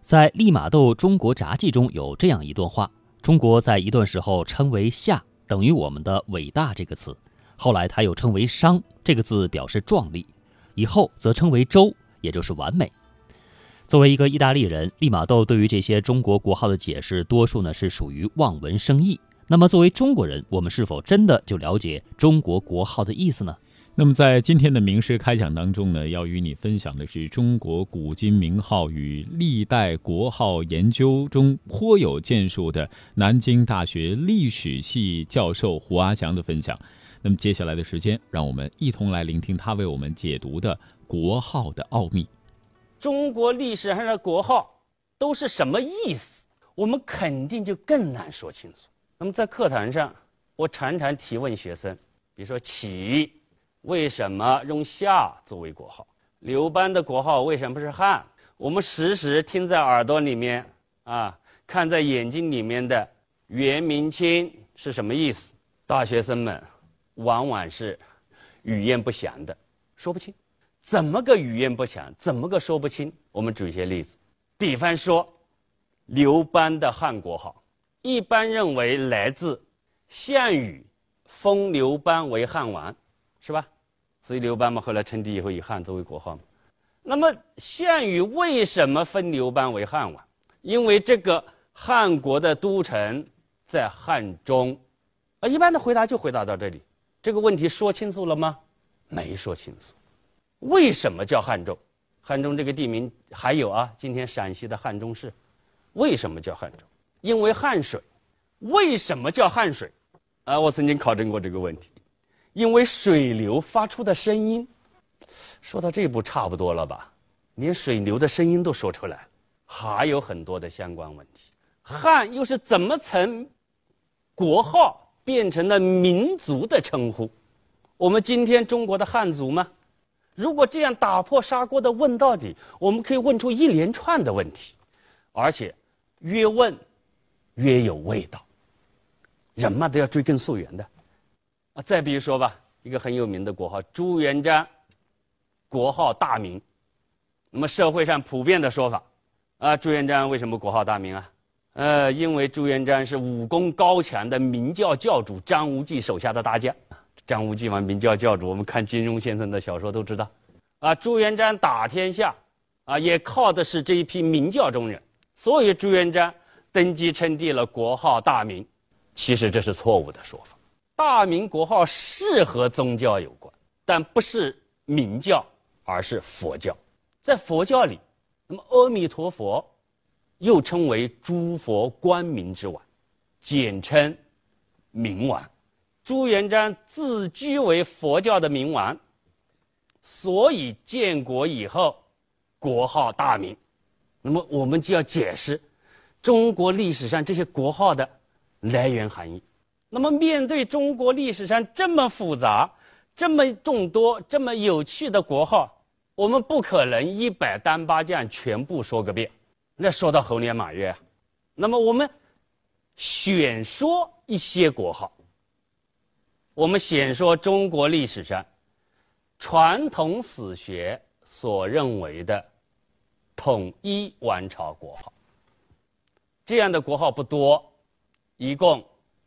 在利玛窦中国札记中有这样一段话：中国在一段时候称为夏，等于我们的伟大这个词，后来它又称为商，这个字表示壮丽，以后则称为周，也就是完美。作为一个意大利人，利玛窦对于这些中国国号的解释多数呢是属于望文生义。那么作为中国人，我们是否真的就了解中国国号的意思呢？ 那么在今天的名师开讲当中呢，要与你分享的是中国古今名号与历代国号研究中颇有建树的南京大学历史系教授胡阿祥的分享。那么接下来的时间，让我们一同来聆听他为我们解读的国号的奥秘。 中国历史上的国号都是什么意思？我们肯定就更难说清楚。那么在课堂上，我常常提问学生，比如说启为什么用夏作为国号？刘邦的国号为什么不是汉？我们时时听在耳朵里面看在眼睛里面的元明清是什么意思？大学生们往往是语焉不详的，说不清。怎么个语焉不详？怎么个说不清？我们举一些例子，比方说刘邦的汉国号，一般认为来自项羽封刘邦为汉王，是吧？所以刘邦嘛，后来称帝以后以汉作为国号嘛。那么项羽为什么封刘邦为汉王？因为这个汉国的都城在汉中。一般的回答就回答到这里。这个问题说清楚了吗？没说清楚。为什么叫汉中？汉中这个地名还有今天陕西的汉中市。为什么叫汉中？因为汉水。为什么叫汉水？我曾经考证过这个问题。因为水流发出的声音。说到这一步差不多了吧？连水流的声音都说出来了，还有很多的相关问题。汉又是怎么从国号变成了民族的称呼？我们今天中国的汉族吗？如果这样打破砂锅的问到底，我们可以问出一连串的问题，而且越问越有味道。人嘛都要追根溯源的。再比如说吧，一个很有名的国号朱元璋，国号大明。那么社会上普遍的说法朱元璋为什么国号大明因为朱元璋是武功高强的明教教主张无忌手下的大将。张无忌嘛，明教教主，我们看金庸先生的小说都知道。朱元璋打天下也靠的是这一批明教中人，所以朱元璋登基称帝了，国号大明。其实这是错误的说法。大明国号是和宗教有关，但不是明教，而是佛教。在佛教里，那么阿弥陀佛又称为诸佛光明之王，简称明王。朱元璋自居为佛教的明王，所以建国以后国号大明。那么我们就要解释中国历史上这些国号的来源含义。那么面对中国历史上这么复杂、这么众多、这么有趣的国号，我们不可能100单8将全部说个遍，那说到猴年马月那么我们选说一些国号。我们先说中国历史上传统史学所认为的统一王朝国号。这样的国号不多，一共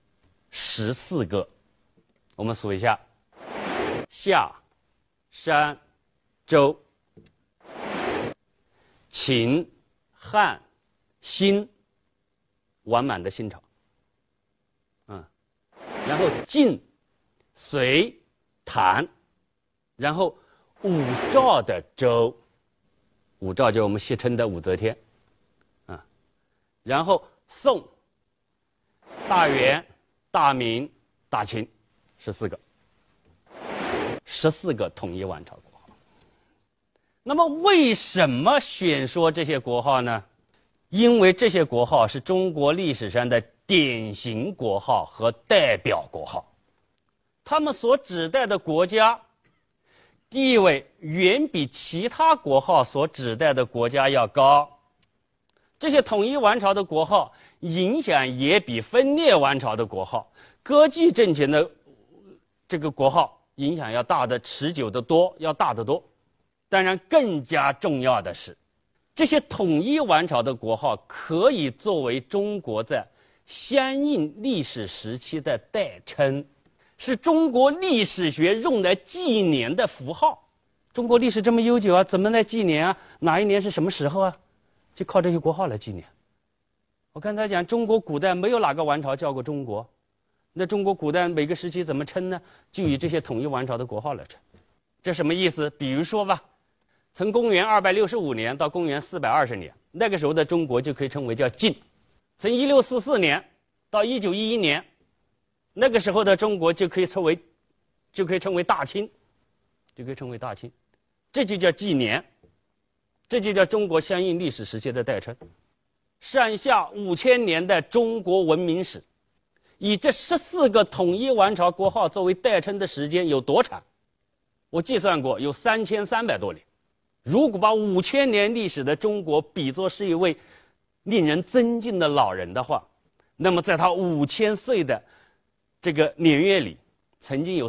14个。我们数一下：夏、商、周、秦、汉、辛，完满的新朝。然后晋、隋、唐，然后武曌的周，武曌就是我们戏称的武则天，然后宋、大元、大明、大清，14个，14个统一王朝国号。那么为什么选说这些国号呢？因为这些国号是中国历史上的典型国号和代表国号。他们所指代的国家地位远比其他国号所指代的国家要高。这些统一王朝的国号影响也比分裂王朝的国号、割据政权的这个国号影响要大的、持久的多，要大得多。当然更加重要的是， 这些统一王朝的国号可以作为中国在相应历史时期的代称，是中国历史学用来纪年的符号。中国历史这么悠久啊，怎么来纪年啊？哪一年是什么时候啊？就靠这些国号来纪年。我刚才讲，中国古代没有哪个王朝叫过中国，那中国古代每个时期怎么称呢？就以这些统一王朝的国号来称。这什么意思？比如说吧，从公元265年到公元420年，那个时候的中国就可以称为叫晋。从1644年到1911年，那个时候的中国就可以称为大清，就可以称为大清，这就叫纪年，这就叫中国相应历史时期的代称。上下5000年的中国文明史，以这14个统一王朝国号作为代称的时间有多长？我计算过，有3300多年。如果把5000年历史的中国比作是一位令人尊敬的老人的话，那么在他5000岁的这个年月里，曾经有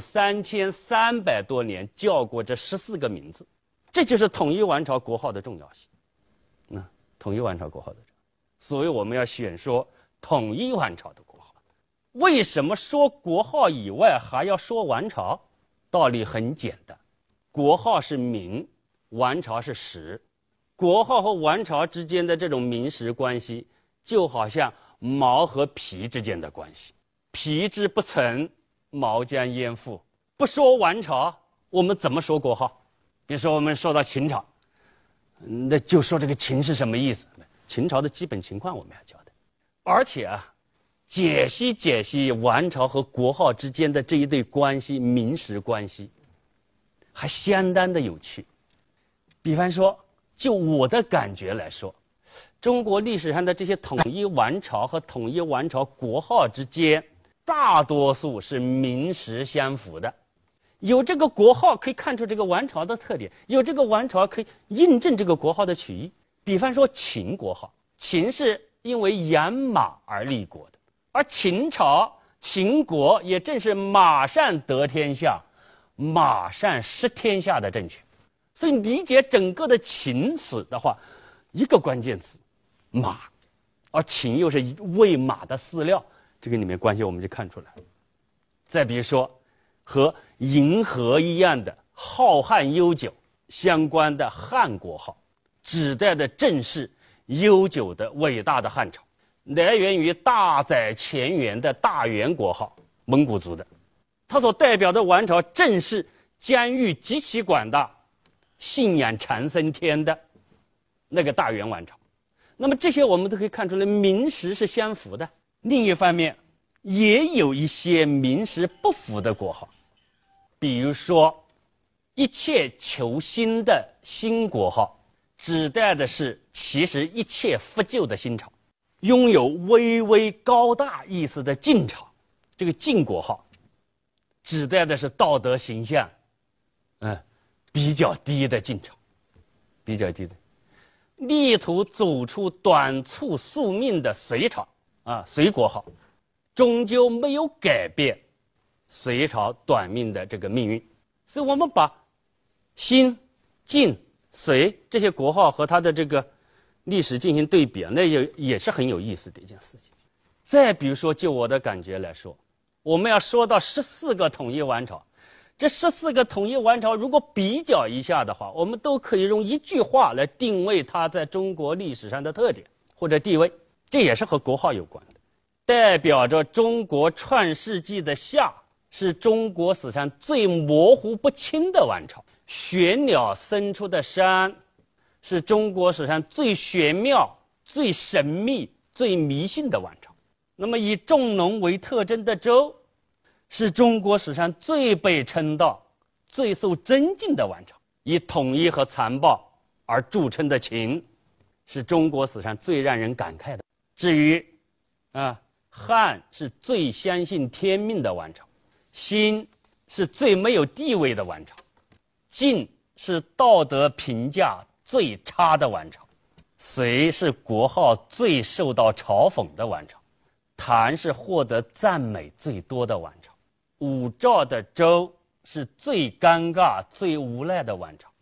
3300多年叫过这14个名字。这就是统一王朝国号的重要性。统一王朝国号的重要性，所以我们要选说统一王朝的国号。为什么说国号以外还要说王朝？道理很简单，国号是名，王朝是实。国号和王朝之间的这种名实关系，就好像毛和皮之间的关系。皮之不存，毛将焉附？不说王朝，我们怎么说国号？比如说我们说到秦朝，那就说这个秦是什么意思？秦朝的基本情况我们要交代。而且解析王朝和国号之间的这一对关系，名实关系，还相当的有趣。比方说，就我的感觉来说，中国历史上的这些统一王朝和统一王朝国号之间，大多数是名实相符的。有这个国号可以看出这个王朝的特点，有这个王朝可以印证这个国号的取义。比方说秦国号，秦是因为养马而立国的，而秦朝秦国也正是马上得天下，马上失天下的政权。所以理解整个的秦史的话，一个关键词马，而秦又是喂马的饲料，这个里面关系我们就看出来了。再比如说和银河一样的浩瀚悠久相关的汉国号，指代的正是悠久的伟大的汉朝，来源于大载乾元的大元国号，蒙古族的，它所代表的王朝正是疆域极其广大，信仰长生天的那个大元王朝。那么这些我们都可以看出来，名实是相符的。另一方面，也有一些名实不符的国号，比如说一切求新的新国号，指代的是其实一切复旧的新朝。拥有巍巍高大意思的晋朝，这个晋国号指代的是道德形象比较低的晋朝，比较低的，力图走出短促宿命的隋朝隋国号，终究没有改变隋朝短命的这个命运。所以我们把新、晋、隋这些国号和它的这个历史进行对比那也是很有意思的一件事情。再比如说，就我的感觉来说，我们要说到14个统一王朝，这14个统一王朝如果比较一下的话，我们都可以用一句话来定位它在中国历史上的特点或者地位，这也是和国号有关的。代表着中国创世纪的夏，是中国史上最模糊不清的王朝；玄鸟生出的商，是中国史上最玄妙、最神秘、最迷信的王朝。那么以重农为特征的周，是中国史上最被称道、最受尊敬的王朝。以统一和残暴而著称的秦，是中国史上最让人感慨的。至于汉是最相信天命的王朝，新是最没有地位的王朝，晋是道德评价最差的王朝，隋是国号最受到嘲讽的王朝，唐是获得赞美最多的王朝，武曌的周是最尴尬最无奈的王朝。